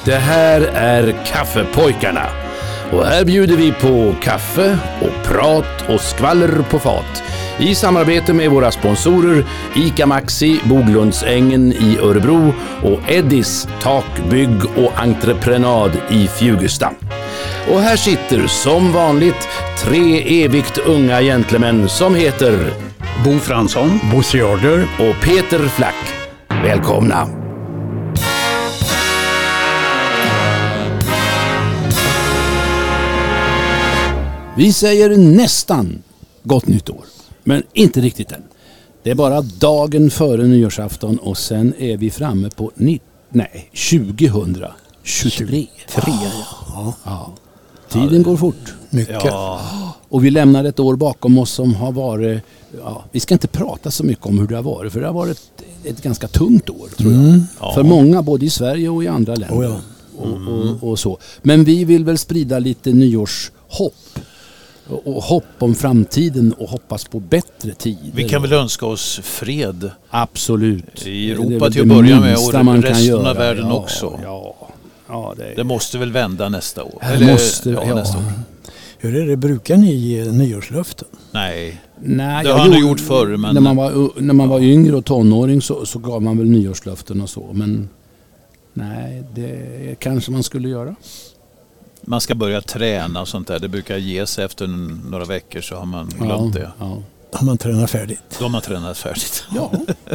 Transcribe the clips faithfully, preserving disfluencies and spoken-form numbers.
Det här är Kaffepojkarna. Och här bjuder vi på kaffe och prat och skvaller på fat. I samarbete med våra sponsorer ICA Maxi, Boglundsängen i Örebro och Eddis takbygg och entreprenad i Fjugesta. Och här sitter som vanligt tre evigt unga gentlemän som heter Bo Fransson, Bosse Jarder och Peter Flack. Välkomna! Vi säger nästan gott nytt år, men inte riktigt än. Det är bara dagen före nyårsafton och sen är vi framme på ni- nej, tjugohundratjugotre. Tre, ja. Ja. Tiden går fort. Mycket. Ja. Och vi lämnar ett år bakom oss som har varit... Ja, vi ska inte prata så mycket om hur det har varit, för det har varit ett, ett ganska tungt år, tror jag. Mm. Ja. För många, både i Sverige och i andra länder. Oh ja. Mm. och, och, och så. Men vi vill väl sprida lite nyårshopp. Och, och hopp om framtiden och hoppas på bättre tider. Vi kan väl önska oss fred. Absolut. I Europa till att börja med och resten av världen ja, också. Ja, ja, det, är... det måste väl vända nästa år. Det Eller, måste, ja, ja. nästa år. Hur är det? Brukar ni ge nyårslöften? Nej, Nej, det har han gjort förr. Men... När man var, när man var yngre och tonåring så, så gav man väl nyårslöften och så. Men nej, det kanske man skulle göra. Man ska börja träna och sånt där. Det brukar ges efter några veckor, så har man glömt ja, det. Ja. Har man tränat färdigt? Då har man tränat färdigt. Ja.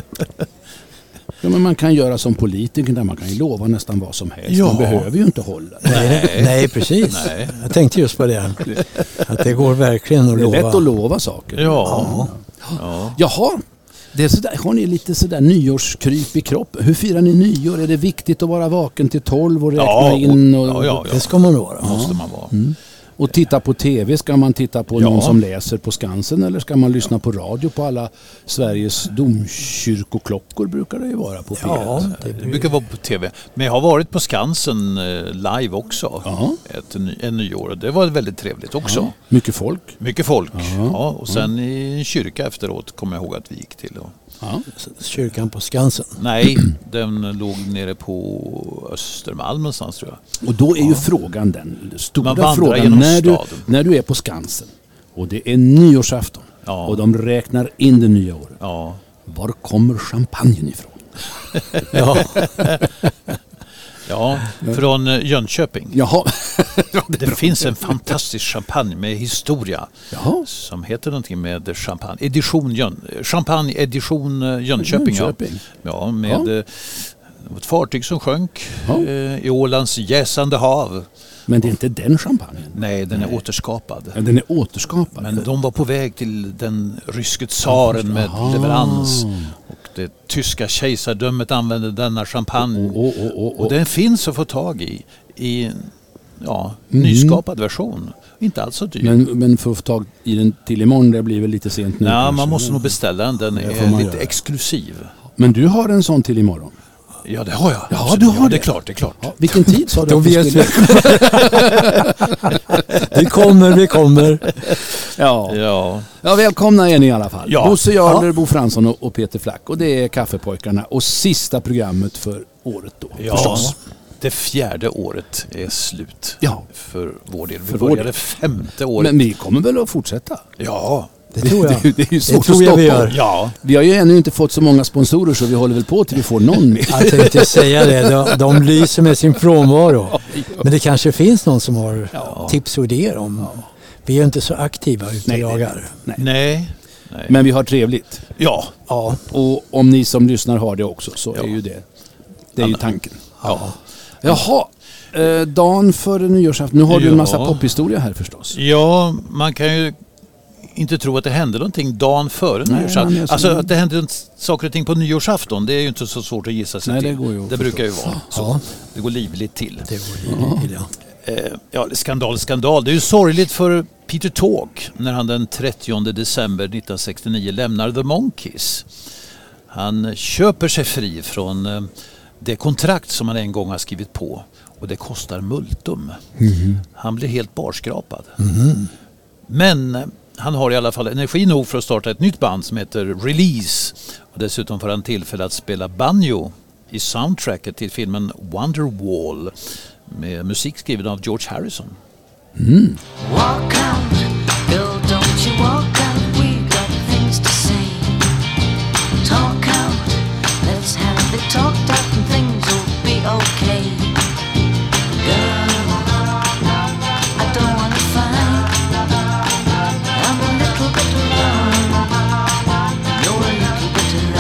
Ja, men man kan göra som politiker där man kan ju lova nästan vad som helst. Ja. Man behöver ju inte hålla. Nej, nej precis. Nej. Jag tänkte just på det. Att det går verkligen att Det är lova. lätt att lova saker. Ja. Ja. Jaha, det är sådär, har ni lite sådär nyårskryp i kroppen? Hur firar ni nyår? Är det viktigt att vara vaken till tolv och räkna Ja, in? Och, ja, ja, ja. Det ska man vara. Det måste man vara. Mm. Och titta på tv, ska man titta på Ja. någon som läser på Skansen eller ska man lyssna på radio på alla Sveriges domkyrkoklockor, brukar det ju vara på P ett. Ja, Det brukar vara på tv. Men jag har varit på Skansen eh, live också. Ja. Ett, ny, en nyår. Och det var väldigt trevligt också. Ja. Mycket folk. Mycket folk. Ja. Ja, och sen i en kyrka efteråt kommer jag ihåg att vi gick till. Och... Ja. Kyrkan på Skansen. Nej, den låg nere på Östermalm någonstans, tror jag. Och då är ju frågan den stora Man vandrar frågan genom när du, staden. när du är på Skansen och det är nyårsafton Ja. och de räknar in det nya året. Ja. Var kommer champagnen ifrån? Ja. Ja, från eh, Jönköping. Jaha. Det finns en fantastisk champagne med historia. Jaha. Som heter någonting med champagne. Edition Jön, champagne edition eh, Jönköping. Jönköping. Ja, ja med Ja. eh, ett fartyg som sjönk Ja. eh, i Ålands jäsande hav. Men det är inte den champagnen. Nej, den är återskapad. Ja, den är återskapad. Men de var på väg till den ryske tsaren med Aha. leverans. Och det tyska kejsardömet använde denna champagne. Oh, oh, oh, oh. Och den finns att få tag i i ja, Mm. nyskapad version. Inte alls så dyr. Men, men för att få tag i den till imorgon, det blir väl lite sent nu. Ja, kanske. man måste nog beställa den. Den Det får är man lite göra. exklusiv. Men du har en sån till imorgon? Ja, det har jag. Ja, Absolut. du har ja, det. det. är klart, det är klart. Ja, vilken tid sa du? Då att du vet skulle- vi. Vi kommer, vi kommer. Ja. Ja. Ja, välkomna är ni i alla fall. Ja. Bosse Jarler, Bo Fransson och, och Peter Flack. Och det är Kaffepojkarna och sista programmet för året då. Ja, Förstås. det fjärde året är slut Ja. för vår del. Vi För vår började del. femte året. Men vi kommer väl att fortsätta? Ja. Det tror jag. Det, det är ju Det svårt tror att jag vi stoppa. gör. Ja. Vi har ju ännu inte fått så många sponsorer så vi håller väl på till vi får någon mer. Jag tänkte säga det. De, de lyser med sin frånvaro. Men det kanske finns någon som har Ja. tips och idéer om. Vi är ju inte så aktiva ute Nej, och det- jagar. Nej. Nej. Nej. Men vi har trevligt. Ja. Ja. Och om ni som lyssnar har det också så Ja. är ju det. Det är ju tanken. Ja. Jaha, eh, dagen före nyårsafton. Nu har du en massa Ja. pophistoria här förstås. Ja, man kan ju inte tro att det hände någonting dagen före Nej, nyårsafton. men jag- Alltså att det hände saker och ting på nyårsafton, det är ju inte så svårt att gissa sig Nej, till. det går ju att det brukar ju vara så. Ja. Det går livligt till. Det går i, i det. Eh, ja, skandal, skandal. Det är ju sorgligt för Peter Talk när han den trettionde december nittonhundrasextionio lämnar The Monkees. Han köper sig fri från eh, det kontrakt som han en gång har skrivit på och det kostar multum. Mm. Han blir helt barskrapad. Mm. Men eh, han har i alla fall energi nog för att starta ett nytt band som heter Release. Och dessutom får han tillfälle att spela banjo i soundtracket till filmen Wonderwall med musik skriven av George Harrison. Mm. Walk out, girl, don't you walk out. We got things to say. Talk out, let's have it talked out and things will be okay. Girl, I don't wanna fight. I'm a little bit wrong. You're a little bit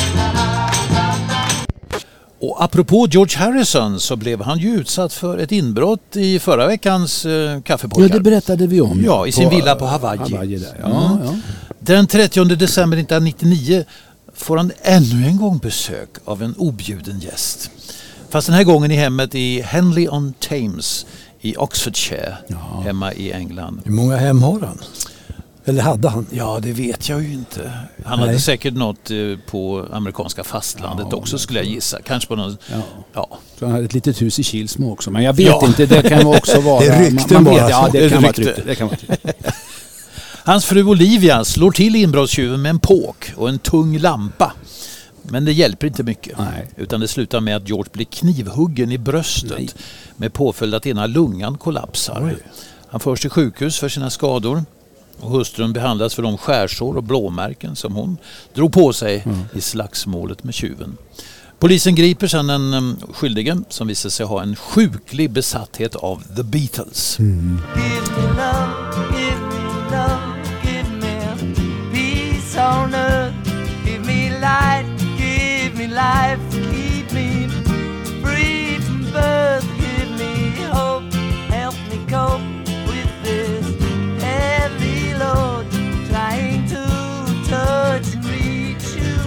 right. Och apropå George Harrison så blev han ju utsatt för ett inbrott i förra veckans eh, kaffepojkar. Ja, det berättade vi om. Ja, i sin på, villa på Hawaii. Hawaii där. Ja, mm. ja. Den trettionde december nittonhundranittionio får han ännu en gång besök av en objuden gäst. Fast den här gången i hemmet i Henley-on-Thames i Oxfordshire, ja. hemma i England. Hur många hem har han? Eller hade han? Ja, det vet jag ju inte. Han Nej. hade säkert något på amerikanska fastlandet ja, också, skulle jag gissa. Kanske på någon... Ja. Ja. Han hade ett litet hus i Kilsmo också. Men jag vet ja. inte, det kan också vara... Det är rykten bara. Vet, ja, det, det, kan rykte. Rykte. det kan vara rykte. Hans fru Olivia slår till inbrottstjuven med en påk och en tung lampa. Men det hjälper inte mycket. Nej. Utan det slutar med att George blir knivhuggen i bröstet. Nej. Med påföljd att ena lungan kollapsar. Oj. Han förs till sjukhus för sina skador. Och hustrun behandlas för de skärsår och blåmärken som hon drog på sig mm. i slagsmålet med tjuven. Polisen griper sedan en um, skyldige som visar sig ha en sjuklig besatthet av The Beatles. Mm. Give me love, give me love, give me peace on earth. Give me light, give me life, keep me free from birth. Give me hope, help me cope with this heavy load. Trying to touch and reach you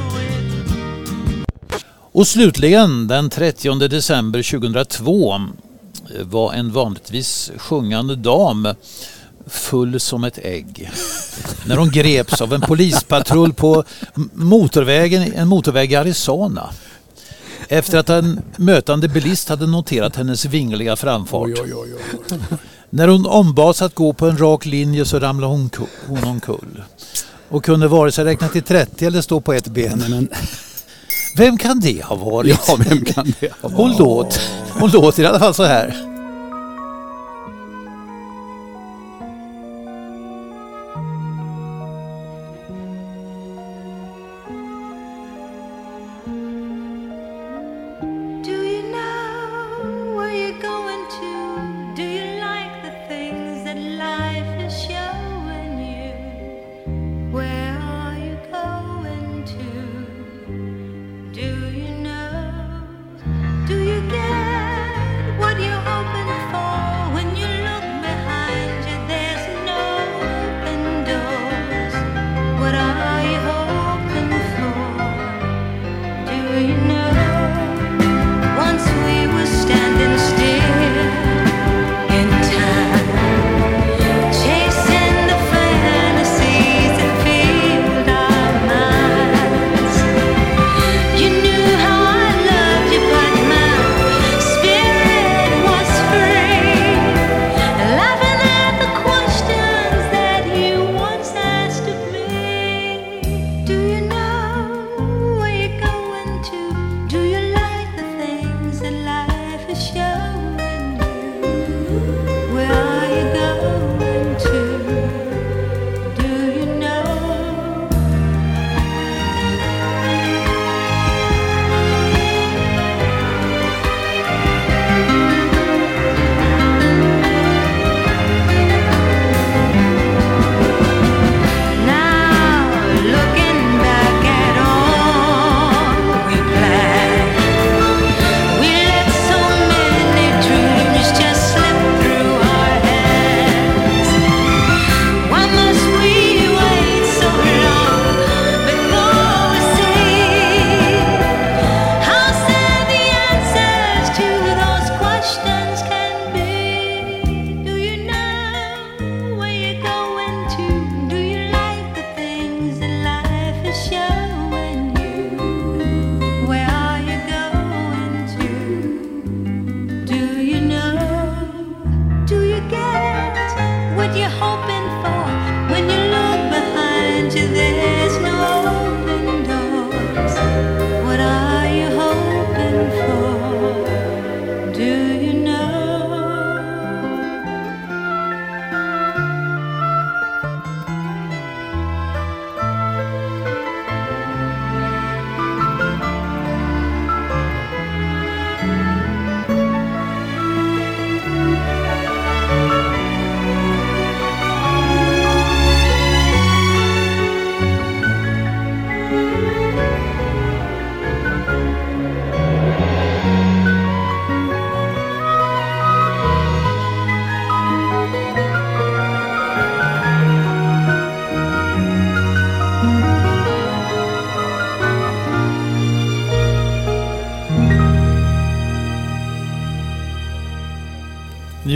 with. Och slutligen den trettionde december tjugohundratvå var en vanligtvis sjungande dam full som ett ägg när hon greps av en polispatrull på motorvägen, en motorväg i Arizona efter att en mötande bilist hade noterat hennes vingliga framfart. Oj, oj, oj, oj. När hon ombads att gå på en rak linje så ramlade hon, hon omkull och kunde vare sig räkna till trettio eller stå på ett ben. Men, men... Vem kan det ha varit? Ja, vem kan det ha varit? Hon låt, hon låter i alla fall så här.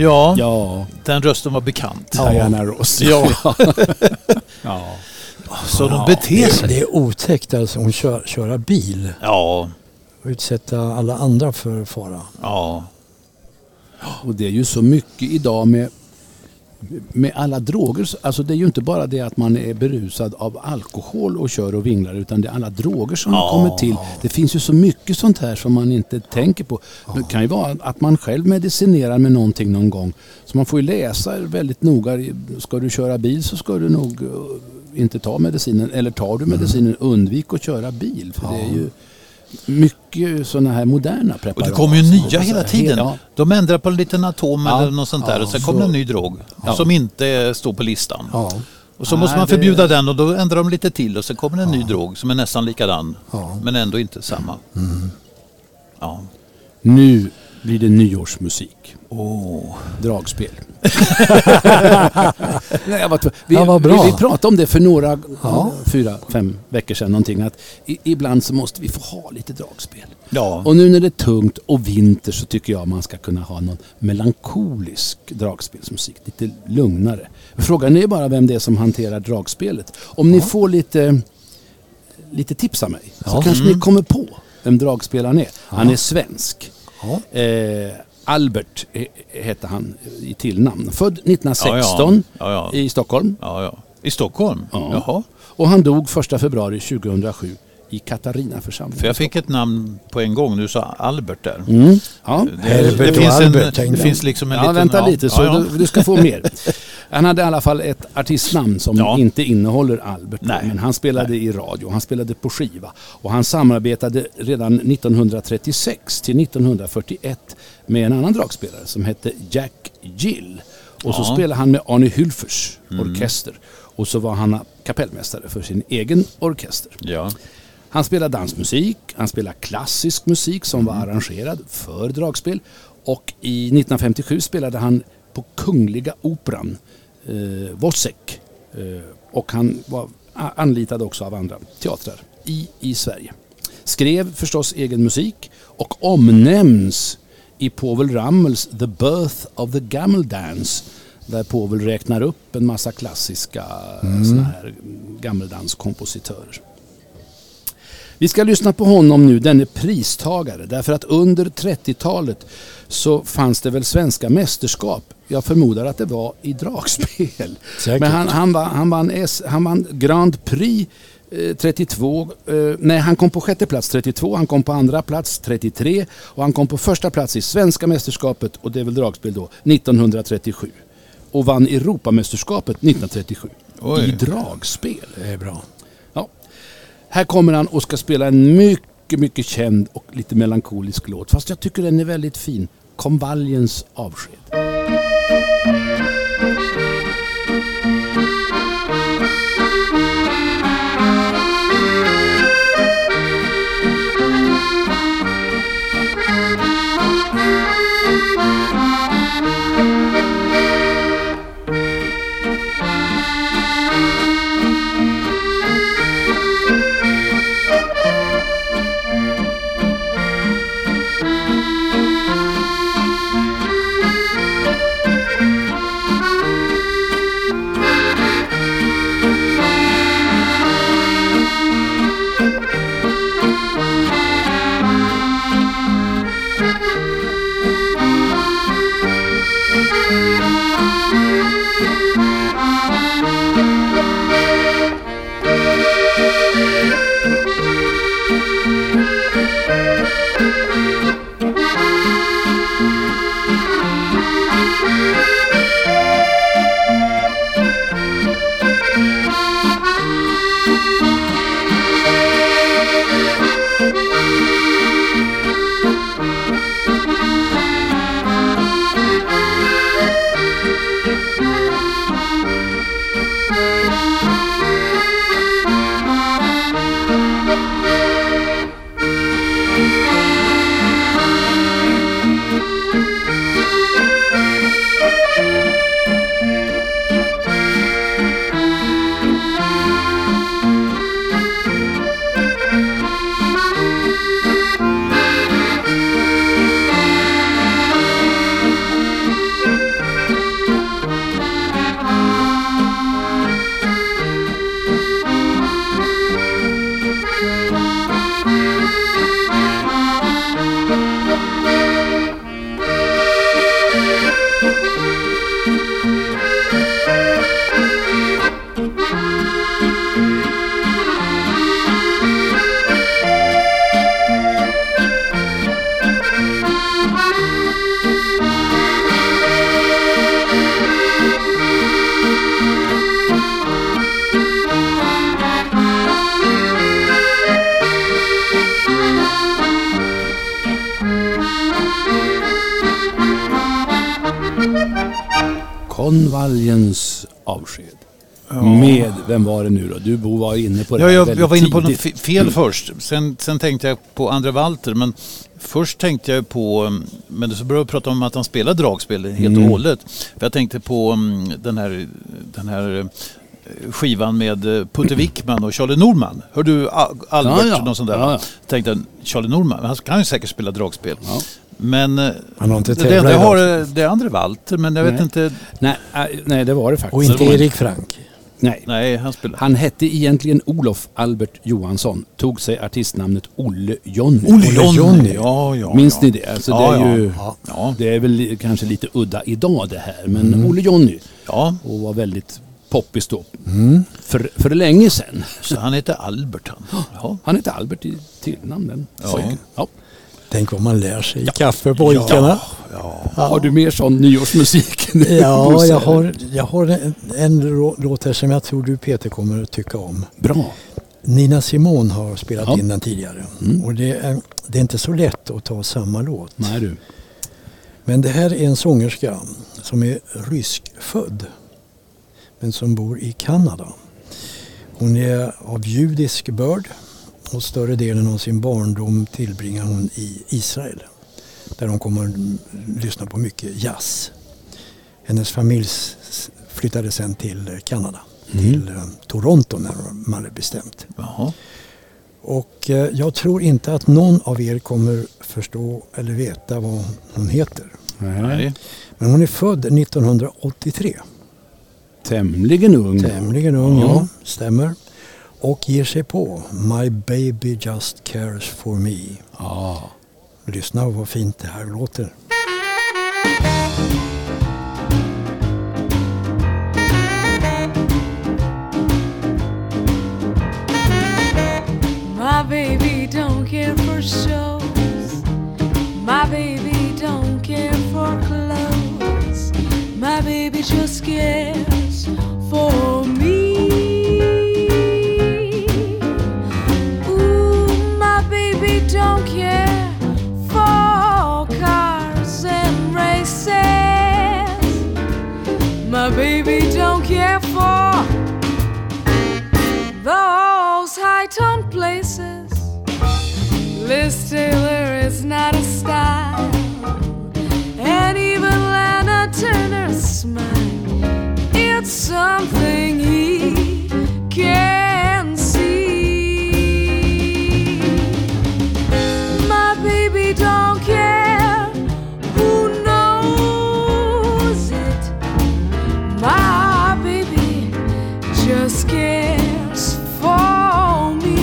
Ja, Ja, den rösten var bekant. Diana Ross. Ja. Ja. Så de beter sig. Det är otäckt alltså att kör, köra bil Ja, och utsätta alla andra för fara. ja. Och det är ju så mycket idag med, med alla droger. Alltså det är ju inte bara det att man är berusad av alkohol och kör och vinglar, utan det är alla droger som Ja. har kommit till. Det finns ju så mycket sånt här som man inte tänker på. Det kan ju vara att man själv medicinerar med någonting någon gång. Så man får ju läsa väldigt noga. Ska du köra bil så ska du nog uh, inte ta medicinen. Eller tar du medicinen, undvik att köra bil. För det är ju mycket sådana här moderna preparat. Och det kommer ju nya hela tiden. Ja. De ändrar på en liten atom Ja. eller något sånt där Ja, och sen så- kommer en ny drog Ja. som inte står på listan. Ja. Och så Nej, måste man det- förbjuda den och då ändrar de lite till och sen kommer en ny drog som är nästan likadan Ja. men ändå inte samma. Ja. Nu blir det nyårsmusik. Oh. Dragspel. Nej, jag var tv- vi, Ja, vad bra. Vi, vi pratade om det för några, Ja. fyra, fem veckor sedan någonting. Att i, ibland så måste vi få ha lite dragspel. Ja. Och nu när det är tungt och vinter så tycker jag man ska kunna ha någon melankolisk dragspelsmusik. Lite lugnare. Frågan är bara vem det är som hanterar dragspelet. Om ni får lite, lite tips av mig så Ja. kanske ni kommer på vem dragspelaren är. Han är svensk. Ja. Eh, Albert he- hette han i tillnamn. Född nittonhundrasexton Ja, ja. Ja, ja. i Stockholm. Ja, ja. I Stockholm? Ja. Jaha. Och han dog första februari tjugohundrasju i Katarina församling. För jag fick ett namn på en gång. Du sa Albert där. Mm. Ja. Det, Herbert det, och finns, Albert, en, tänkte det jag. finns liksom en Ja, liten... vänta ja, lite så ja, ja. Du, du ska få mer. Han hade i alla fall ett artistnamn som Ja. inte innehåller Albert. Nej. Men han spelade i radio, han spelade på skiva. Och han samarbetade redan nittonhundratrettiosex till nittonhundrafyrtioett med en annan dragspelare som hette Jack Gill. Och så Ja. spelade han med Arne Hülfers orkester. Och så var han kapellmästare för sin egen orkester. Ja. Han spelade dansmusik, han spelade klassisk musik som var arrangerad för dragspel. Och i nittonhundrafemtiosju spelade han på Kungliga Operan, eh, Wozzeck. Eh, och han var a- anlitad också av andra teatrar i, i Sverige. Skrev förstås egen musik och omnämns i Povel Ramels The Birth of the Gamel Dance, där Povel räknar upp en massa klassiska såna här gammeldanskompositörer. Vi ska lyssna på honom nu, denne pristagare, därför att under trettiotalet så fanns det väl svenska mästerskap. Jag förmodar att det var i dragspel. Säkert. Men han, han, vann, han, vann S, han vann Grand Prix eh, trettiotvå. Eh, nej, han kom på sjätte plats trettiotvå, han kom på andra plats trettiotre och han kom på första plats i svenska mästerskapet, och det är väl dragspel då, nittonhundratrettiosju. Och vann Europamästerskapet nittonhundratrettiosju Oj. i dragspel. Det är bra. Ja. Här kommer han och ska spela en mycket, mycket känd och lite melankolisk låt. Fast jag tycker den är väldigt fin. Konvaljens avsked. Thank Konvaljens avsked. Med, vem var det nu då? Du Bo var inne på det Ja, här jag, väldigt jag var inne på tidigt. något fel först. Sen, sen tänkte jag på Andre Walter. Men först tänkte jag på... Men så började jag prata om att han spelar dragspel helt Mm. och hållet. För jag tänkte på um, den här... Den här skivan med Putte Wickman och Charlie Norman. Hör du Albert Ja, ja. någon sån där? Ja, ja. Tänkte jag, Charlie Norman, han kan ju säkert spela dragspel. Ja. Men Han har inte det, tävlat det, i har dragspel. det är Andre Walter, men jag vet Nej. inte. Nej, äh, nej, det var det faktiskt. Och inte Det var- Erik Frank. Nej. Nej, han spelar. Han hette egentligen Olof Albert Johansson. Tog sig artistnamnet Olle Jonny. Olle Jonny. Ja, ja. Minns ja. ni det? Alltså, Ja, det är ju... Ja. Ja. Det är väl kanske lite udda idag det här. Men Olle Jonny. Ja, Och var väldigt poppis då. För, för länge sedan. så han heter Albert han. Ja. Han heter Albert i tillnamn, den pojken. Ja. Tänk vad man lär sig i kaffepojkarna. Har du mer sån nyårsmusik? Ja, Bosse? jag har, jag har en, en rå- låt här som jag tror du Peter kommer att tycka om. Bra. Nina Simone har spelat Ja. in den tidigare. Och det är, det är inte så lätt att ta samma låt. Nej du. Men det här är en sångerska som är ryskfödd. Men som bor i Kanada. Hon är av judisk börd. Och större delen av sin barndom tillbringar hon i Israel. Där hon kommer att lyssna på mycket jazz. Hennes familj s- flyttade sen till Kanada. Till eh, Toronto när man är bestämt. Jaha. Och eh, jag tror inte att någon av er kommer förstå eller veta vad hon heter. Nej. Men hon är född nittonhundraåttiotre. Tämligen ung. Tämligen ung, Ja. ja. Stämmer. Och ger sig på My baby just cares for me. Ja. Lyssna vad fint det här låter. My baby don't care for shows. My baby don't care for clothes. My baby just cares for me. Ooh, my baby don't care for cars and races. My baby don't care for those high-tone places. Liz Taylor is not a style, and even Lana Turner's smile, it's something he can see. My baby don't care who knows it. My baby just cares for me.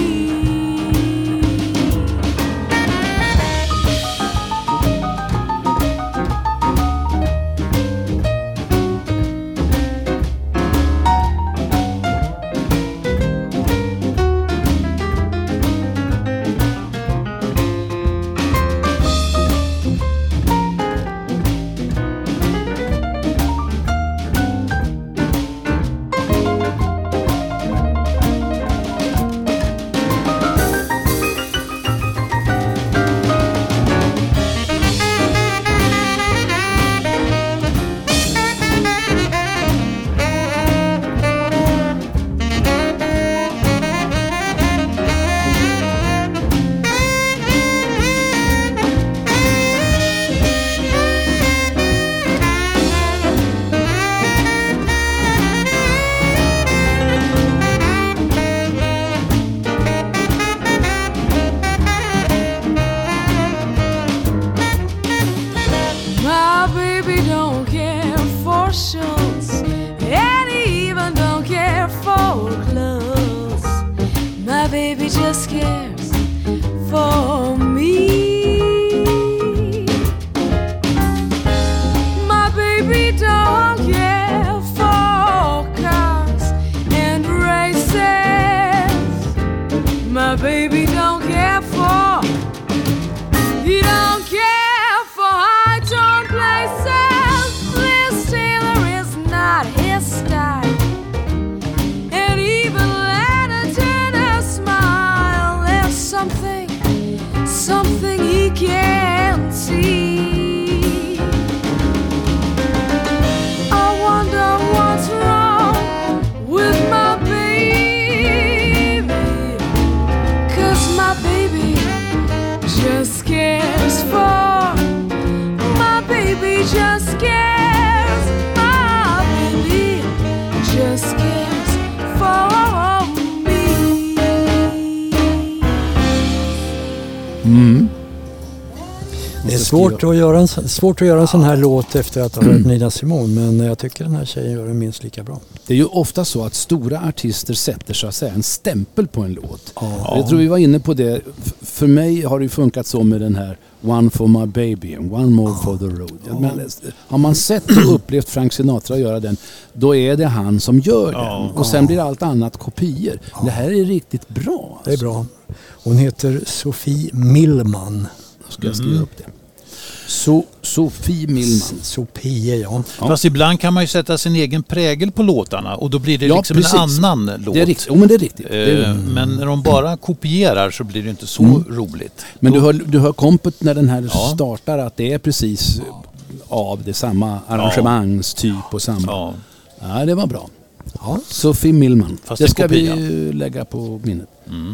Svårt skriva. att göra en, svårt att göra en sån här låt efter att ha hört Nina Simone, men jag tycker den här tjejen gör den minst lika bra. Det är ju ofta så att stora artister sätter så att säga en stämpel på en låt. Ja. Jag tror vi var inne på det. F- för mig har det ju funkat så med den här One for my baby and one more for the road. Ja. Men, har man sett och upplevt Frank Sinatra göra den, då är det han som gör Ja. den. Och sen blir allt annat kopior. Det här är riktigt bra. Alltså. Det är bra. Hon heter Sofie Millman. Då ska jag skriva upp det. Så, Sofie Millman. Sofie, ja. Ja. Fast ibland kan man ju sätta sin egen prägel på låtarna och då blir det Ja, liksom precis. en annan låt. Det är riktigt. Jo, men det är riktigt. Eh, Det är, Men när de bara kopierar så blir det inte så Mm. roligt. men du hör, du hör kompet när den här Ja. startar att det är precis av det samma arrangemangstyp och samma. Ja. Ja, det var bra. Ja. Sofie Millman. Fast det en ska vi kopia. ju lägga på minnet. Mm.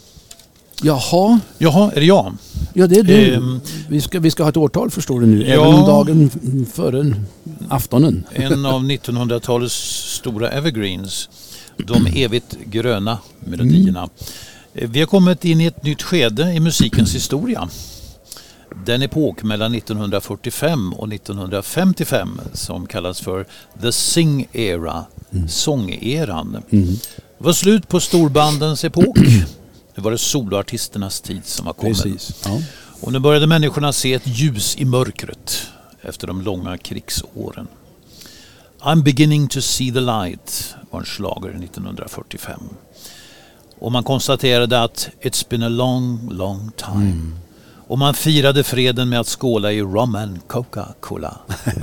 Jaha, Jaha, är det jag? ja det är du. Ehm. vi, ska, vi ska ha ett årtal förstår du nu. Ja. Även dagen före aftonen. En av nittonhundratalets stora evergreens. De evigt gröna melodierna. Eh, Vi har kommit in i ett nytt skede i musikens historia. Den epok mellan nittonhundrafyrtiofem och nittonhundrafemtiofem som kallas för The Sing Era, sångeran. Mm. Det var slut på storbandens epok. Nu var det soloartisternas tid som var kommit. Precis. Ja. Och nu började människorna se ett ljus i mörkret efter de långa krigsåren. I'm beginning to see the light var en schlager nittonhundrafyrtiofem. Och man konstaterade att it's been a long, long time. Mm. Och man firade freden med att skåla i rum and Coca-Cola.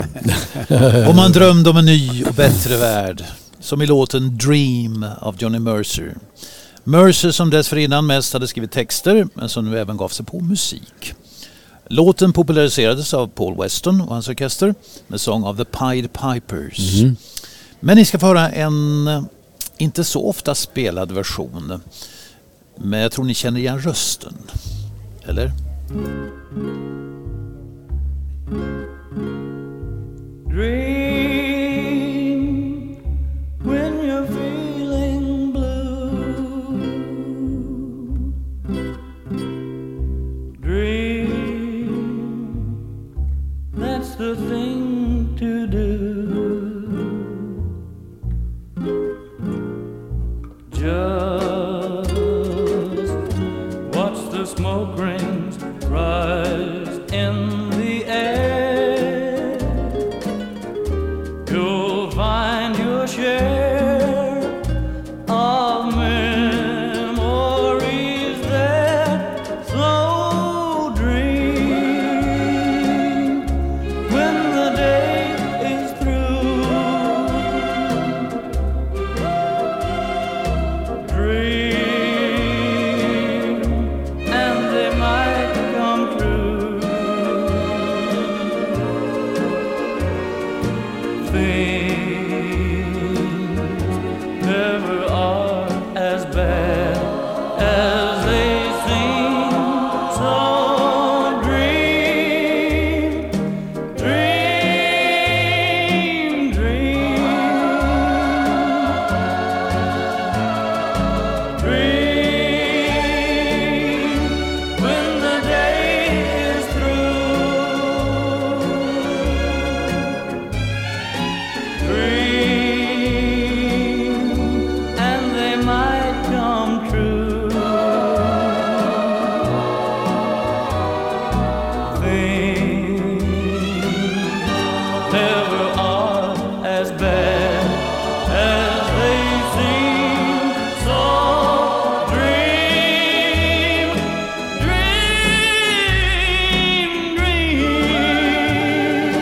Och man drömde om en ny och bättre värld. Som i låten Dream av Johnny Mercer. Mercer som dessförinnan mest hade skrivit texter men som nu även gav sig på musik. Låten populariserades av Paul Weston och hans orkester med sång av The Pied Pipers. Mm. Men ni ska få höra en eh, inte så ofta spelad version. Men jag tror ni känner igen rösten. Eller? Dream when you're feeling blue. Dream, that's the thing to do. Just watch the smoke rings rise in the air. You'll find your share of memories there. So dream when the day is through. Dream and they might come true. Things never are as bad as they seem. So dream, dream, dream, dream when the day is through. Dream and they might come true. Things never are as bad as they seem. So dream, dream, dream.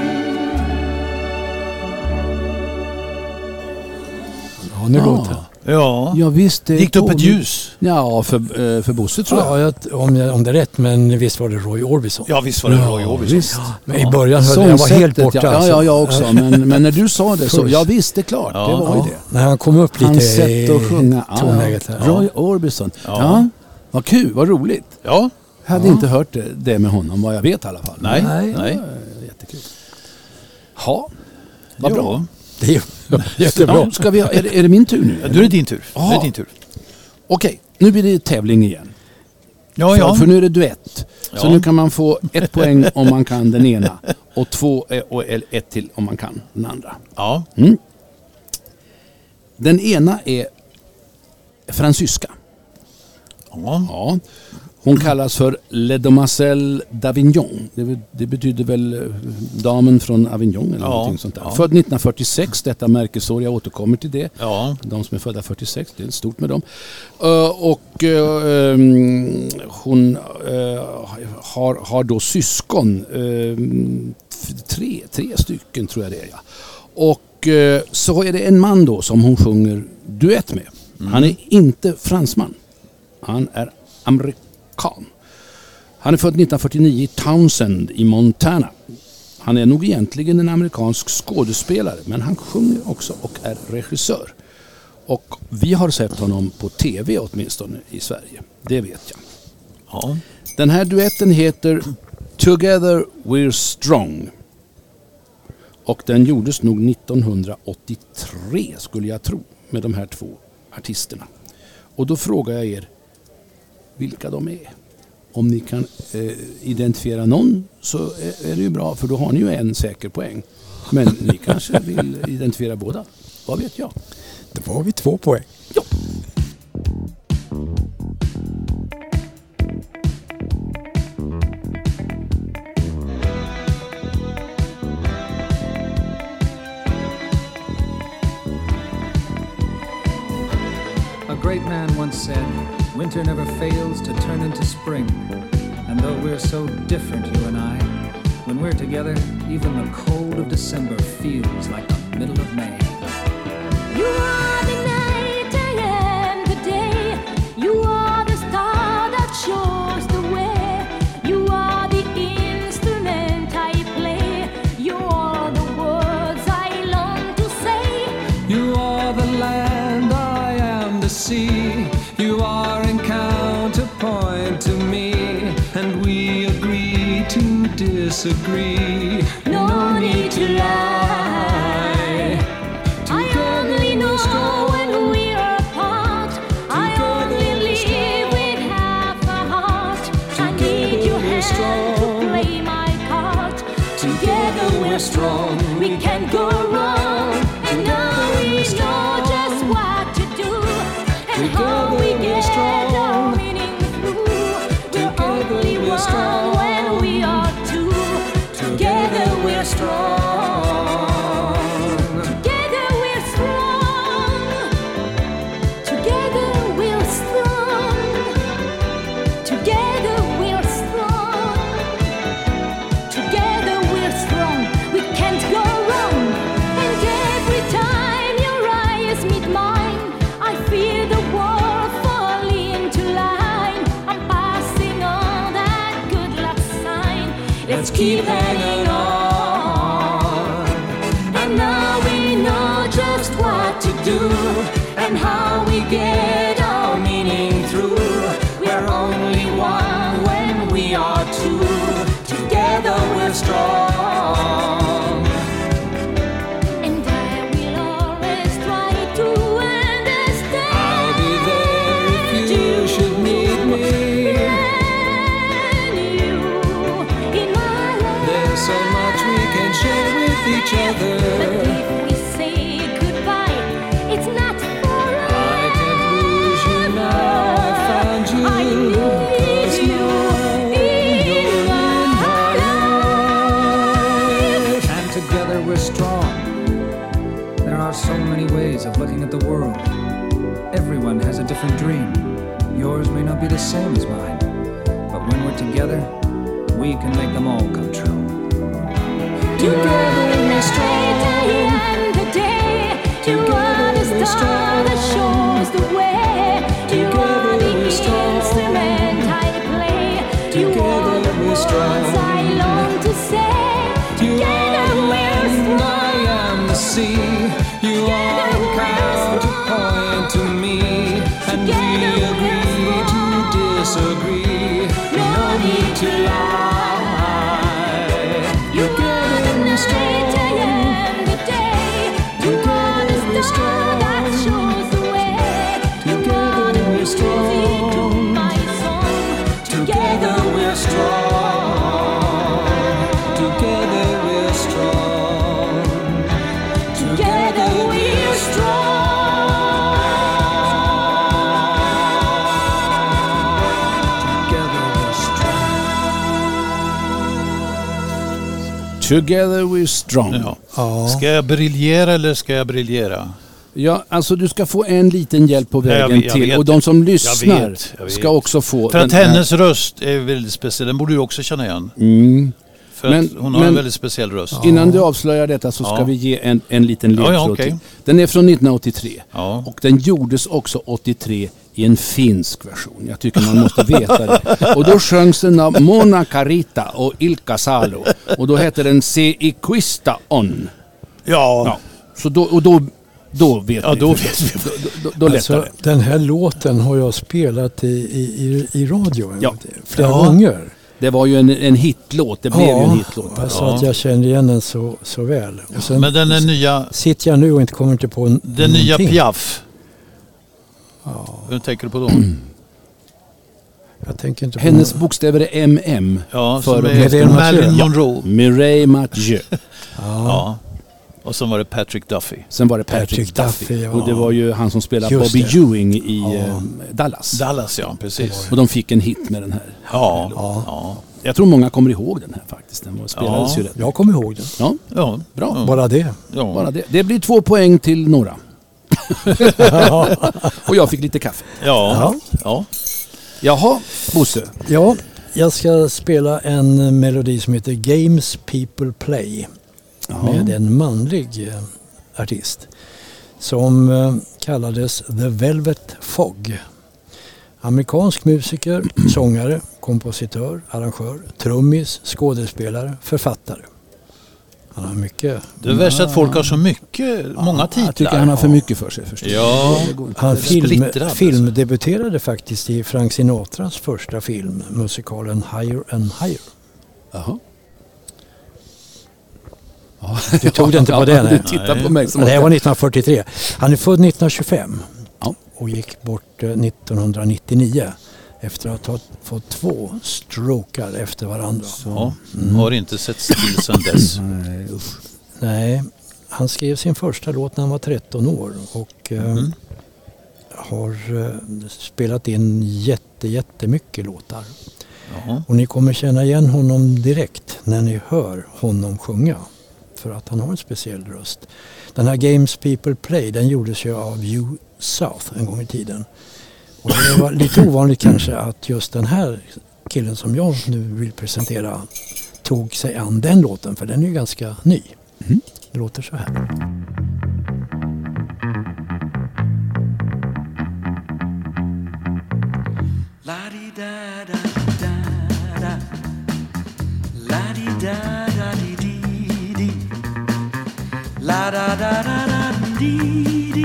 Ja, nu låter det. Ja, Ja visst. Det gick det upp ett tog- ljus? Ja, för, eh, för Bosse tror jag. Ja, jag, om, jag, om det är rätt, men visst var det Roy Orbison. Ja, visst var det Roy Orbison. Visst. Men i början hörde jag var helt borta. Ja, ja, alltså. ja, jag också. Men, men när du sa det så, Puls. ja visst, det är klart. Ja. det var ju Ja, det. när han kom upp lite Hans sätt i att sjunga. Ja, tonläget ja. här. Roy Orbison. Ja. Ja. Vad kul, vad roligt. Ja, Jag hade inte hört det, det med honom, vad jag vet i alla fall. nej, Nej. nej. Ja, jättekul. Ja, vad bra. Ja. Det är jättebra. Ja, ska vi ha, är, det, är det min tur nu? Ja, nu är det din tur. Nu är Ja. det din tur. Okej, nu blir det tävling igen. Ja, ja. För, för nu är det duett. Så Ja. nu kan man få ett poäng om man kan den ena och två och ett till om man kan den andra. Ja. Mm. Den ena är fransyska. Ja. Ja. Hon kallas för Le Demoiselle d'Avignon. Det, det betyder väl eh, damen från Avignon eller Ja, någonting sånt där. ja. Född nittonhundrafyrtiosex, detta märkesår, jag återkommer till det. Ja. De som är födda fyrtiosex, det är stort med dem. Uh, och uh, um, hon uh, har, har då syskon, uh, tre, tre stycken tror jag det är. Ja. Och uh, så är det en man då som hon sjunger duett med. Mm. Han är inte fransman, han är amerikan. Han är född nittonhundrafyrtionio i Townsend i Montana. Han är nog egentligen en amerikansk skådespelare, men han sjunger också och är regissör. Och vi har sett honom på tv åtminstone i Sverige. Det vet jag. Ja. Den här duetten heter Together We're Strong. Och den gjordes nog nittonhundraåttiotre skulle jag tro med de här två artisterna. Och då frågar jag er vilka de är. Om ni kan eh, identifiera någon så är, är det ju bra, för då har ni ju en säker poäng. Men ni kanske vill identifiera båda. Vad vet jag? Då har vi två poäng. Ja. A great man once said, winter never fails to turn into spring. And though we're so different, you and I, when we're together, even the cold of December feels like the middle of May. You are the night, I am the day. You are the star that shows the way. You are the instrument I play. You are the words I long to say. You are the land, I am the sea. You are in counterpoint to me. And we agree to disagree. No need to lie. I only know when we are apart. I only live with half a heart. I need your hand to play my part. Together we're strong, we can't go wrong. And now we know just what to do and how we get our meaning through. We're only one when we are two. Together we're strong. Together we're strong. Together we're strong. Together we're strong. Together we're strong. We can't go wrong. And every time your eyes meet mine, I feel the world fall into line. I'm passing on that good luck sign. Let's keep hanging on. And now we know just what to do and how we get our meaning through. We're only one when we are two. Together we're strong. And I will always try to understand. I'll be there if you should need me. And you in my life. There's so much we can share with each But other. if we say goodbye, it's not forever. I can't lose you now. I found you. I need 'Cause you now in you're my life. And together we're strong. There are so many ways of looking at the world. Everyone has a different dream. Yours may not be the same as mine. But when we're together, we can make them all come true. Together we're strong. And the day you are the star that shows the way. You are the instrument I play. You are the words I long to say. You Together are the we're land, I strong. am the sea. You are a counterpoint to me. And we agree to disagree. No need to lie. You are the Together we're night, I strong. am the day. You are the star that shows the way. You are the Together we're music to strong. my song. Together we're strong. Ja. Ja. Ska jag briljera eller ska jag briljera? Ja, alltså du ska få en liten hjälp på vägen jag vet, jag till. vet. Och de som lyssnar Jag vet, jag vet. ska också få... För att den här- hennes röst är väldigt speciell. Den borde du också känna igen. Mm. För Men- att hon har men- en väldigt speciell röst. Innan du avslöjar detta så ska Ja. vi ge en, en liten Ja, ledtråd ja, okej. till. Den är från nittonhundraåttiotre. Ja. Och den gjordes också åttiotre i en finsk version. Jag tycker man måste veta det. Och då sjöngs den av Mona Carita och Ilkka Salo. Och då heter den Se i Quista On. Ja. Ja. Så då, och då, då vet Ja, vi. då vet vi. Då, då, då lättar Alltså, det. den här låten har jag spelat i, i, i, i radio en Ja. gång till, flera Ja. gånger. Det var ju en, en hitlåt. Det blev ju en hitlåt. alltså Ja. att jag kände igen den så, så väl. Och sen Men den är nya, sitter jag nu och inte kommer inte på n- den nya någonting. Piaf. Hur tänker du på då? Jag tänker inte på Hennes bokstäver är M M. Ja, För som och är efter Marilyn Ja. Monroe. Mireille Mathieu. Ja. Och så var det Patrick Duffy. Sen var det Patrick, Patrick Duffy. Duffy, ja. Och det var ju han som spelade Just Bobby det. Ewing i Ja. eh, Dallas. Dallas, ja, precis. Och de fick en hit med den här. Ja, Ja. ja. Jag tror många kommer ihåg den här faktiskt. Den var, spelades Ja. ju rätt. Jag kommer ihåg den. Ja, Ja, bra. Ja. Bara det. ja. Bara det. Det blir två poäng till några. Och jag fick lite kaffe. Ja. Ja. Jaha, Bosse. Ja, jag ska spela en melodi som heter Games People Play. Med en manlig eh, artist. Som eh, kallades The Velvet Fog. Amerikansk musiker, sångare, kompositör, arrangör, trummis, skådespelare, författare. Han har mycket. Det är värst att folk har så mycket, många titlar. Jag tycker han har för mycket för sig förstås. Ja. Det går inte. Han Det är film, splittrad, alltså. filmdebuterade faktiskt i Frank Sinatras första film, musikalen Higher and Higher. Jaha. Du tog det inte på det, nej. Titta på mig som Det här var nittonhundrafyrtiotre. Han är född nittonhundratjugofem Ja. och gick bort eh, nittonhundranittionio efter att ha fått två strokar efter varandra. Ja, har inte sett till sedan dess. Nej, usch. Nej, han skrev sin första låt när han var tretton år och eh, Mm. har eh, spelat in jätte, jättemycket låtar. Ja. Och ni kommer känna igen honom direkt när ni hör honom sjunga. För att han har en speciell röst. Den här Games People Play, den gjordes ju av Hugh South en gång i tiden. Och det var lite ovanligt kanske att just den här killen som jag nu vill presentera tog sig an den låten. För den är ju ganska ny. Mm. Det låter så här. La-di-da-da-da-da. La-di-da-da-di-di-di. La-da-da-da-da-di-di.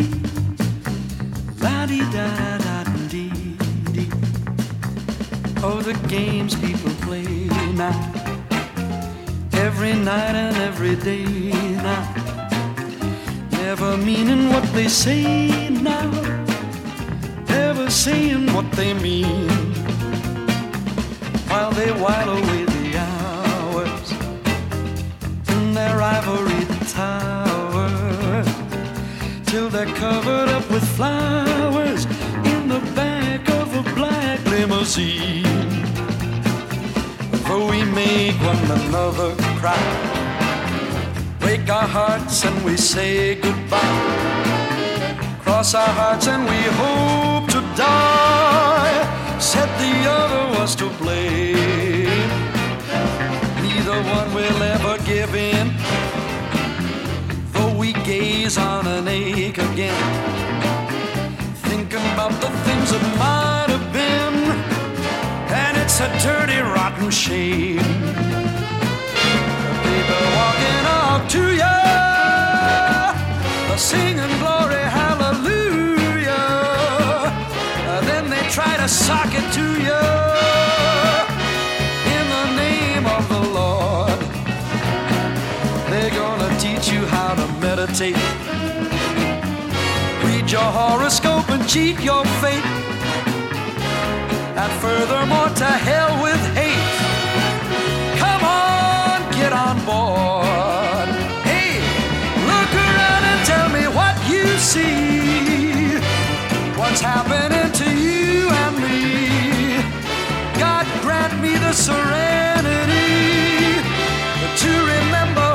La-di-da-da-di-di. Oh, the games people play now. Every night and every day now. Never meaning what they say now. Never saying what they mean. While they while away the hours in their ivory tower, till they're covered up with flowers in the back of a black limousine. Though we make one another cry, break our hearts and we say goodbye, cross our hearts and we hope to die, said the other was to blame. Neither one will ever give in, though we gaze on an ache again, thinking about the things that might have been, and it's a dirty, rotten shame. People walking up to you, singing glory, hallelujah. Then they try to sock it to you in the name of the Lord. They're gonna teach you how to meditate, read your horoscope and cheat your fate, and furthermore to hell with hate. Come on, get on board. Hey, look around and tell me what you see. What's happening to you and me? God grant me the serenity to remember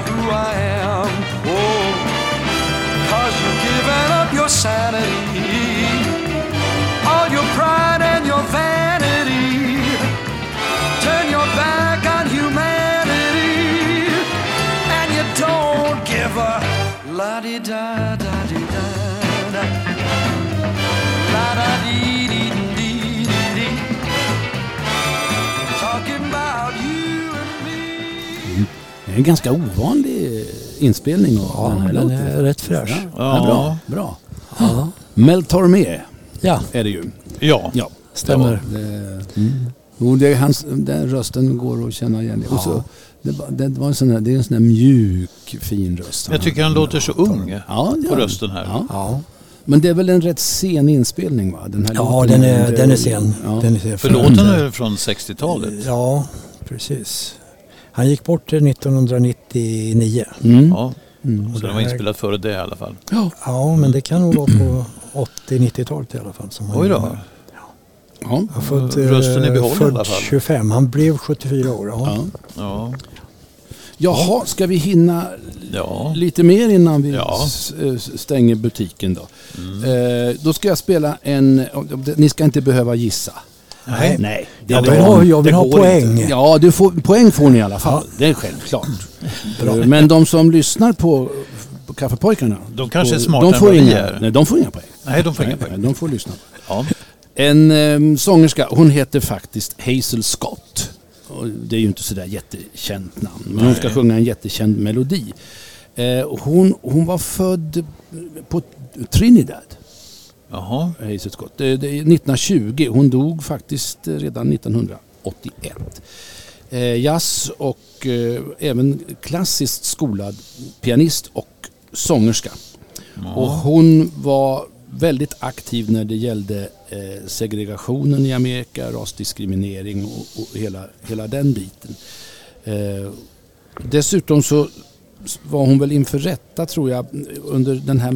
En ganska ovanlig inspelning av Ja, den här den låten. är rätt fräsch. Ja, Ja. ja, bra. bra. Ja, Mel Tormé ja är det ju. Ja. Ja, stämmer. det, mm. Jo, det är hans, den rösten går att känna igen. Och så, det, var- det, var en sån här, det är en sån här mjuk, fin röst. Jag tycker han låter så ung Ja, på ja. rösten här. Ja. Ja, Men det är väl en rätt sen inspelning, va? Den här ja låten, den, är, det- den är sen. Ja. Den är sen. För låten är från sextiotalet. Ja, precis. Han gick bort nittonhundranittionio. Mm. Ja. Mm. Så den var inspelad före det i alla fall. Ja, men det kan nog vara på åttio-nittiotalet i alla fall. Som han Oj då. gjorde. Ja. Han är född, eh, Rösten i behåll i född alla fall. tjugofem. Han blev sjuttiofyra år. Ja. Ja. Ja. Jaha, ska vi hinna Ja. lite mer innan vi Ja. s- s- stänger butiken då? Mm. Eh, då ska jag spela en... Ni ska inte behöva gissa. Nej. Nej. Det Jag är vill bra. ha, jag vill det ha går poäng. inte. Ja, du får, poäng får ni i alla fall. Det är självklart. Eh, Men de som lyssnar på, på Kaffepojkarna... De kanske är på- smartare de får än vad vi inga, är. Nej, de får inga poäng. Nej, de får inga Nej, poäng. De får lyssna. Ja. En eh, sångerska, hon heter faktiskt Hazel Scott. Och det är ju inte sådär jättekänt namn. Men hon ska Nej. sjunga en jättekänd melodi. Eh, hon, hon var född på Trinidad, Jaha. Hazel Scott. Det, det är nittonhundratjugo. Hon dog faktiskt redan nittonhundraåttioett. Eh, jazz och eh, även klassiskt skolad pianist och sångerska. Och hon var väldigt aktiv när det gällde eh, segregationen i Amerika, rasdiskriminering och, och hela, hela den biten. Eh, dessutom så var hon väl inför rätta, tror jag, under den här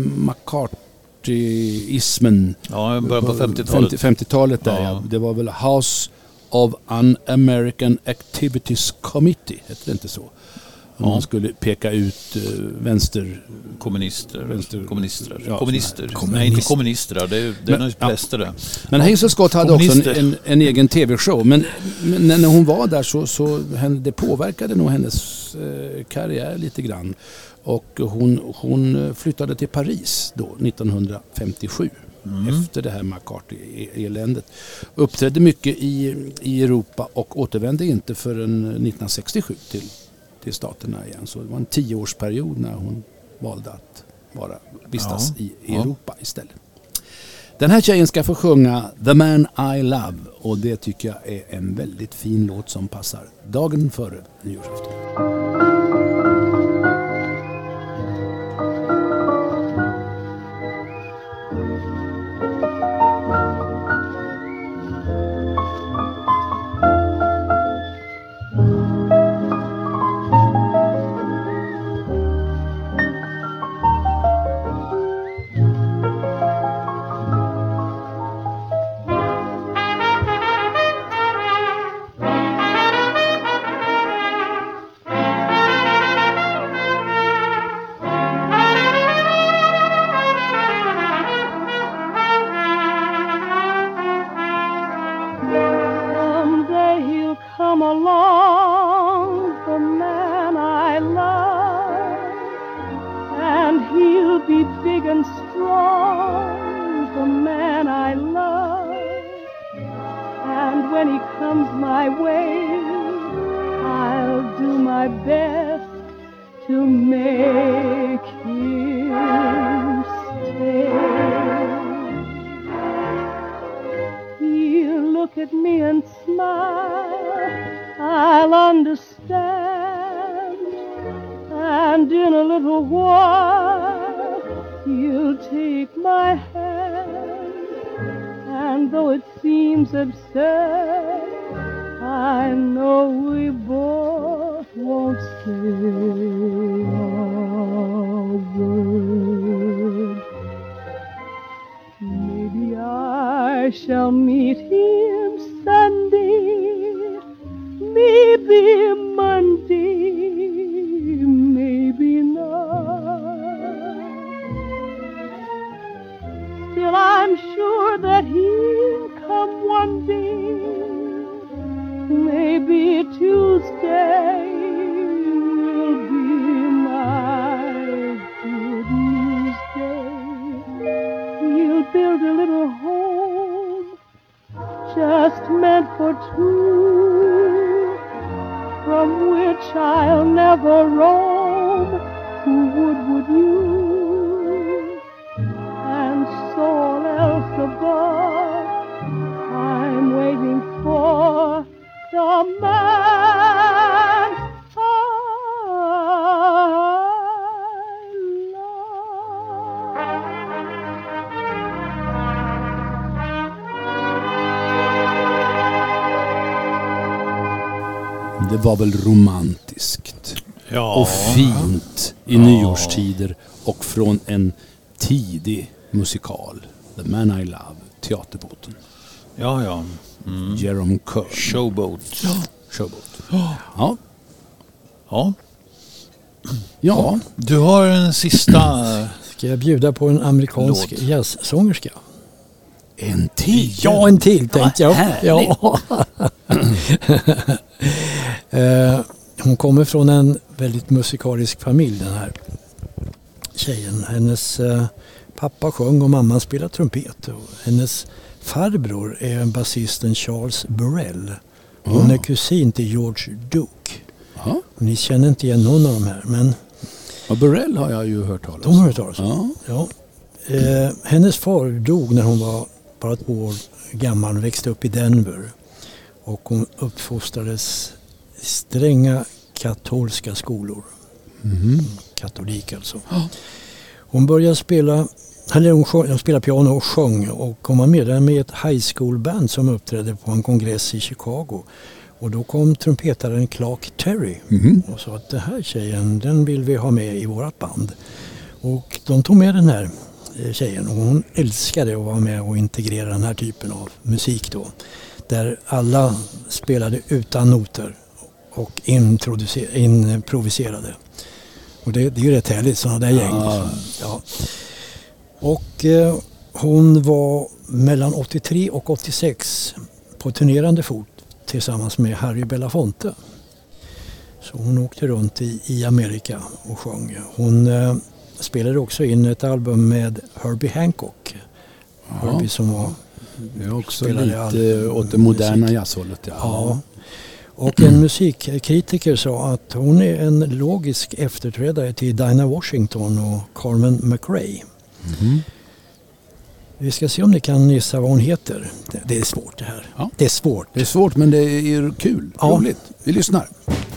McCarthyismen. Ja, i början på femtiotalet. femtio femtiotalet där, Ja. ja. Det var väl House of Un-American Activities Committee, hette det inte så? Om Ja. man skulle peka ut eh, vänster... Kommunister. Vänster- Kommunister. Ja, kommunister. såna här Nej, inte kommunister. Det är, det är Men- nog präster det. Men Hazel Scott hade också en, Kommunister. en, en egen tv-show. Men, men när hon var där så, så henne, det påverkade nog hennes eh, karriär lite grann. Och hon, hon flyttade till Paris då, nittonhundrafemtiosju. Efter det här McCarthy-eländet. Uppträdde mycket i, i Europa och återvände inte förrän nittonhundrasextiosju till, till staterna igen. Så det var en tioårsperiod när hon valde att vara, vistas Ja. i Ja. Europa istället. Den här tjejen ska få sjunga The Man I Love, och det tycker jag är en väldigt fin låt som passar dagen före nyårsafton. Someday he'll come along, the man I love, and he'll be big and strong, the man I love. And when he comes my way, I'll do my best to make him stay. He'll look at me and smile, I'll understand, and in a little while he'll take my hand, and though it seems absurd, I know we both won't say a word. Maybe I shall meet him Sunday, maybe Monday, maybe not. Still I'm sure that he'll come one day, maybe Tuesday will be my good news day. He'll build a little home just meant for two, from which I'll never roam. Who would would you? And so all else above, I'm waiting for the man I Det var väl romantiskt Ja. och fint i nyårstider och från en tidig musikal. The Man I Love, Teaterbåten. Ja, ja. Mm. Jerome Kern. Showboat. Showboat. Ja. Ja. Ja. Du har en sista... Ska jag bjuda på en amerikansk Låt. jazzsångerska? En till? Ja, en till tänkte jag. härligt. Ja. Eh, Hon kommer från en väldigt musikalisk familj, den här tjejen. Hennes eh, pappa sjöng och mamma spelade trumpet. Och hennes farbror är basisten Charles Burrell. Hon är kusin till George Duke. Ja. Och ni känner inte igen någon av dem här, men Och Burrell har jag ju hört talas om. de har hört talas om. Ja. Ja. Eh, hennes far dog när hon var bara två år gammal och växte upp i Denver. Och hon uppfostrades i stränga katolska skolor. Mhm. Katolik alltså. Hon började spela, eller hon, sjö, hon spelade piano och sjöng och hon var medlem i ett high school band som uppträdde på en kongress i Chicago. Och då kom trumpetaren Clark Terry Mhm. och sa att den här tjejen, den vill vi ha med i vårat band. Och de tog med den här eh, tjejen och hon älskade att vara med och integrera den här typen av musik då. Där alla spelade utan noter och introducer- improviserade. Och det, det är ju rätt härligt, sådana där gäng. Ja. Ja. Och eh, hon var mellan åttiotre och åttiosex på turnerande fot tillsammans med Harry Belafonte. Så hon åkte runt i, i Amerika och sjöng. Hon eh, spelade också in ett album med Herbie Hancock. Ja. Herbie som var... Det är också Spelade lite all åt det moderna musik. jazzhållet. Ja. Ja. Och en musikkritiker sa att hon är en logisk efterträdare till Dinah Washington och Carmen McRae. Mhm. Vi ska se om ni kan gissa vad hon heter. Det, det är svårt det här. Ja. Det är svårt. Det är svårt men det är kul. Ja. Roligt. Vi lyssnar.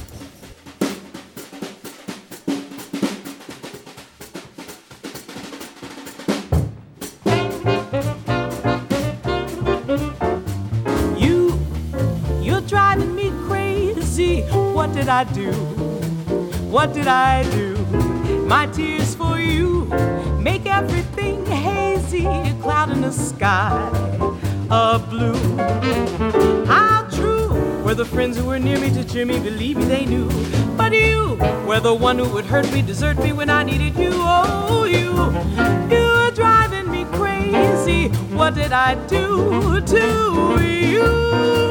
You, you're driving me crazy. What did I do? What did I do? My tears for you make everything hazy, a cloud in the sky of blue. How true were the friends who were near me to cheer me, believe me they knew. But you were the one who would hurt me, desert me when I needed you. Oh, you, you were driving me crazy. What did I do to you?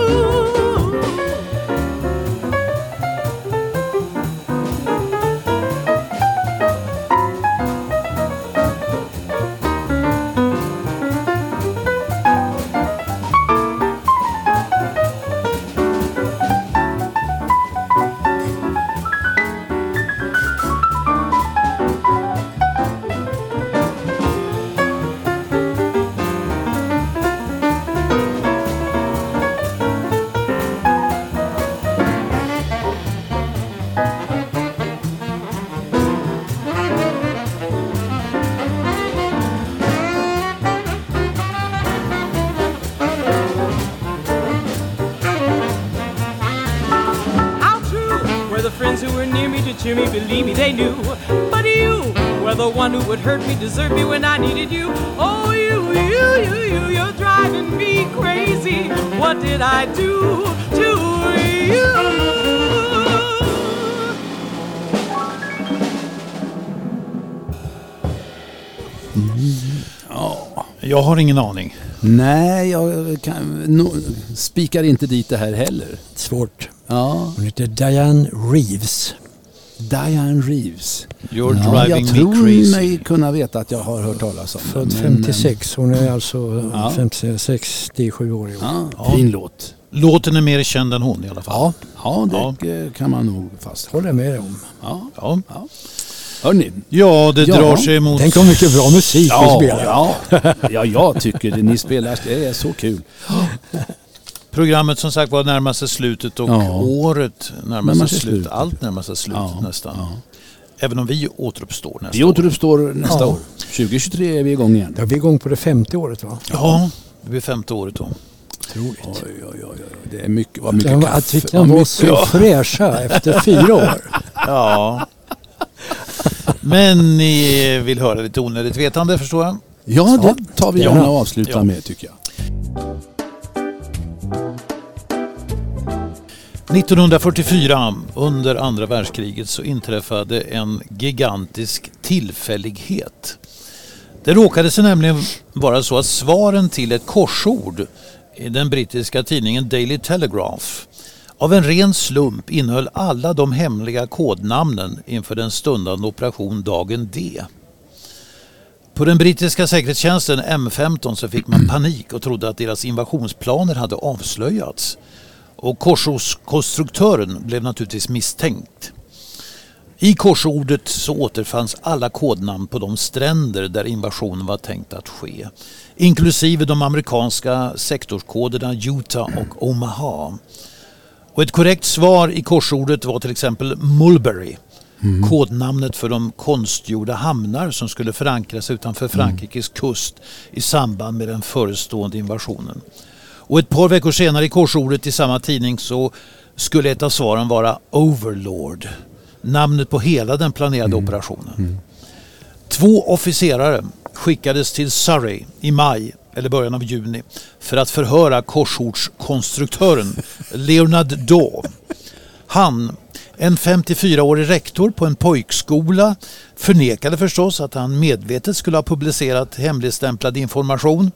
Cheer me, believe me, they knew. But you were the one who would hurt me, desert me when I needed you. Oh, you, you, you, you, you're driving me crazy. What did I do to you? Ja. Jag har ingen aning. Nej, jag kan, no, spikar inte dit det här heller. Svårt. Ja. Hon heter Diane Reeves. Diane Reeves. You're Ja, driving jag me tror crazy. mig kunna veta att jag har hört talas om Född den, men, femtiosex. Hon är alltså Ja. femtiosex, sextiosju år i år. Ja, fin låt. Låten är mer känd än hon i alla fall. Ja, Ja, det ja. kan man nog fast. håller jag med dig om. Ja. Ja, Ja. Hörrni. ja det Ja. drar sig emot. Tänk om mycket bra musik vi Ja, spelar. ja. ja, jag tycker det ni spelar, det är så kul. Programmet som sagt var närmar sig slutet och Ja. året närmar Närmar sig sig slut. slutet. Allt närmar sig slut Ja, nästan. ja. Även om vi återuppstår nästa Vi återuppstår nästa Ja. år. tjugo tjugotre är vi igång igen. Då är vi igång på det femte året, va? år. Ja, det blir femte året då. Otroligt. Oj, oj, oj, oj. Det är mycket, vad mycket Jag kaffe. tyckte Vad de var mycket- så fräscha efter fyra år. Ja. Men ni vill höra lite onödigt vetande, förstår jag. Ja, det tar vi Gärna. gärna och avslutar Ja. med, tycker jag. nittonhundrafyrtiofyra, under andra världskriget, så inträffade en gigantisk tillfällighet. Det råkade sig nämligen vara så att svaren till ett korsord i den brittiska tidningen Daily Telegraph av en ren slump innehöll alla de hemliga kodnamnen inför den stundande operation Dagen D. På den brittiska säkerhetstjänsten M femton så fick man panik och trodde att deras invasionsplaner hade avslöjats. Och korsordskonstruktören blev naturligtvis misstänkt. I korsordet så återfanns alla kodnamn på de stränder där invasionen var tänkt att ske. Inklusive de amerikanska sektorskoderna Utah och Omaha. Och ett korrekt svar i korsordet var till exempel Mulberry. Mm. Kodnamnet för de konstgjorda hamnar som skulle förankras utanför Frankrikes kust i samband med den förestående invasionen. Och ett par veckor senare i korsordet i samma tidning så skulle ett av svaren vara Overlord. Namnet på hela den planerade mm. operationen. Mm. Två officerare skickades till Surrey i maj eller början av juni för att förhöra korsordskonstruktören Leonard Daw. Han, en femtiofyraårig rektor på en pojkskola, förnekade förstås att han medvetet skulle ha publicerat hemligstämplad information.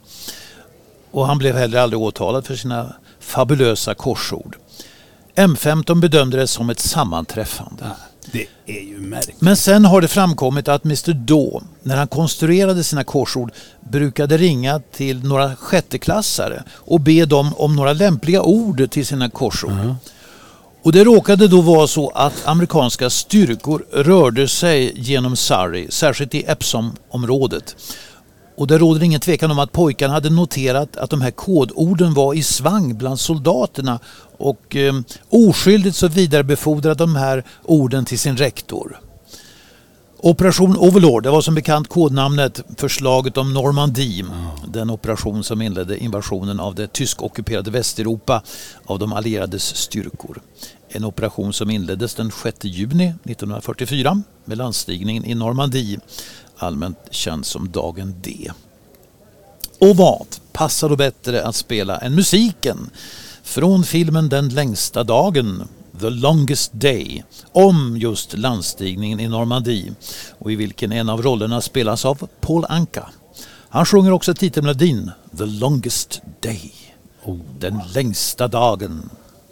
Och han blev heller aldrig åtalad för sina fabulösa korsord. M femton bedömde det som ett sammanträffande. Det är ju märkligt. Men sen har det framkommit att mister Daw, när han konstruerade sina korsord, brukade ringa till några sjätteklassare och be dem om några lämpliga ord till sina korsord. Uh-huh. Och det råkade då vara så att amerikanska styrkor rörde sig genom Surrey, särskilt i Epsom-området. Och det råder ingen tvekan om att pojkarna hade noterat att de här kodorden var i svang bland soldaterna och eh, oskyldigt så vidarebefordrade de här orden till sin rektor. Operation Overlord, det var som bekant kodnamnet för slaget om Normandie, mm. den operation som inledde invasionen av det tyskockuperade Västeuropa av de allierades styrkor. En operation som inleddes den sjätte juni nittonhundrafyrtiofyra med landstigningen i Normandie, allmänt känd som Dagen D. Och vad passar då bättre att spela än musiken från filmen Den längsta dagen, The Longest Day, om just landstigningen i Normandie och i vilken en av rollerna spelas av Paul Anka. Han sjunger också titelmelodin The Longest Day, oh. den längsta dagen.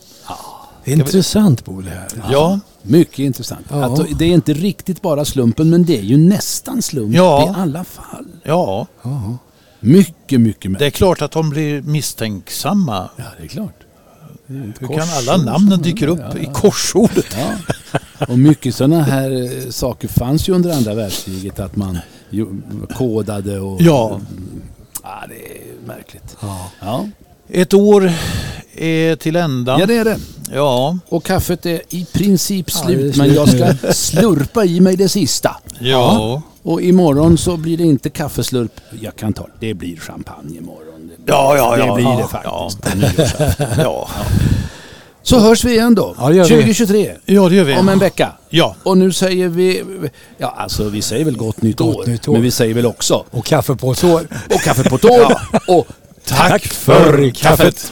Intressant Bo det här. Ja, ja. Mycket intressant. Ja. Att det är inte riktigt bara slumpen, men det är ju nästan slump ja. i alla fall. Ja. ja. Mycket, mycket mer. Det är klart att de blir misstänksamma. Ja, det är klart. Det är Hur kan alla namnen dyker upp ja, ja. i korsordet? Ja. Och mycket sådana här saker fanns ju under andra världskriget, att man kodade och... Ja. Ja, det är märkligt. Ja. Ja. Ett år är till ända. Ja, det är det. Ja. Och kaffet är i princip slut, ja, men jag slut ska slurpa i mig det sista. Ja. ja. Och imorgon så blir det inte kaffeslurp. Jag kan ta det. Det blir champagne imorgon. Det, ja, ja, ja. Det blir ja, det faktiskt. Ja. ja. ja. Så hörs vi igen då. Ja, tjugo tjugotre. Ja, det gör vi. Om en vecka. Ja. Och nu säger vi... Ja, alltså vi säger väl gott nytt, gott år, nytt år. Men vi säger väl också... Och kaffe på ett år. Och kaffe på ett år. ja. Och tack, tack för kaffet.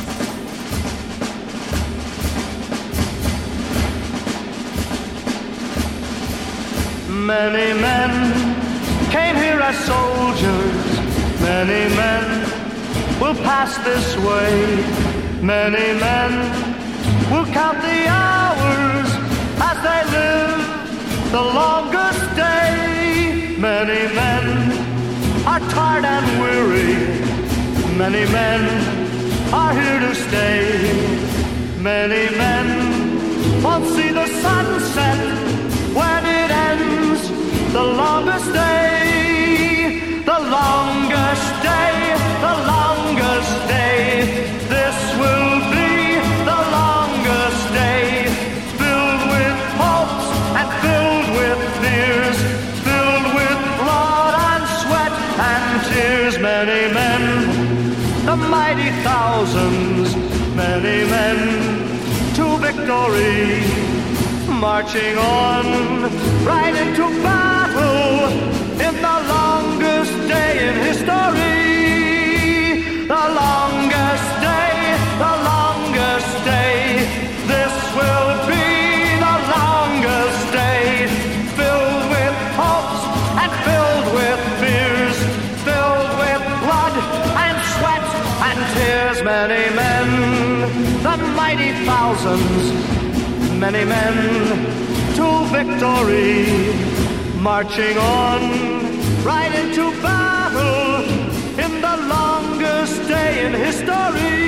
Many men came here as soldiers. Many men will pass this way. Many men will count the hours as they live the longest day. Many men are tired and weary. Many men are here to stay. Many men won't see the sunset when it ends. The longest day, the longest day, the longest day. This will be the longest day, filled with hopes and filled with fears, filled with blood and sweat and tears. Many men, the mighty thousands, many men to victory, marching on right into battle in the longest day in history. The longest day, the longest day, this will be the longest day, filled with hopes and filled with fears, filled with blood and sweat and tears. Many men, the mighty thousands, many men to victory, marching on right into battle in the longest day in history.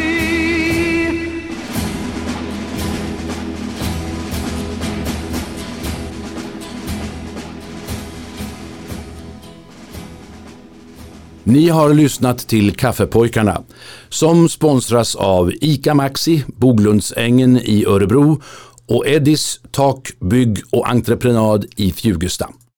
Ni har lyssnat till Kaffepojkarna som sponsras av ICA Maxi, Boglundsängen i Örebro och Eddis Tak, bygg och entreprenad i Fjugesta.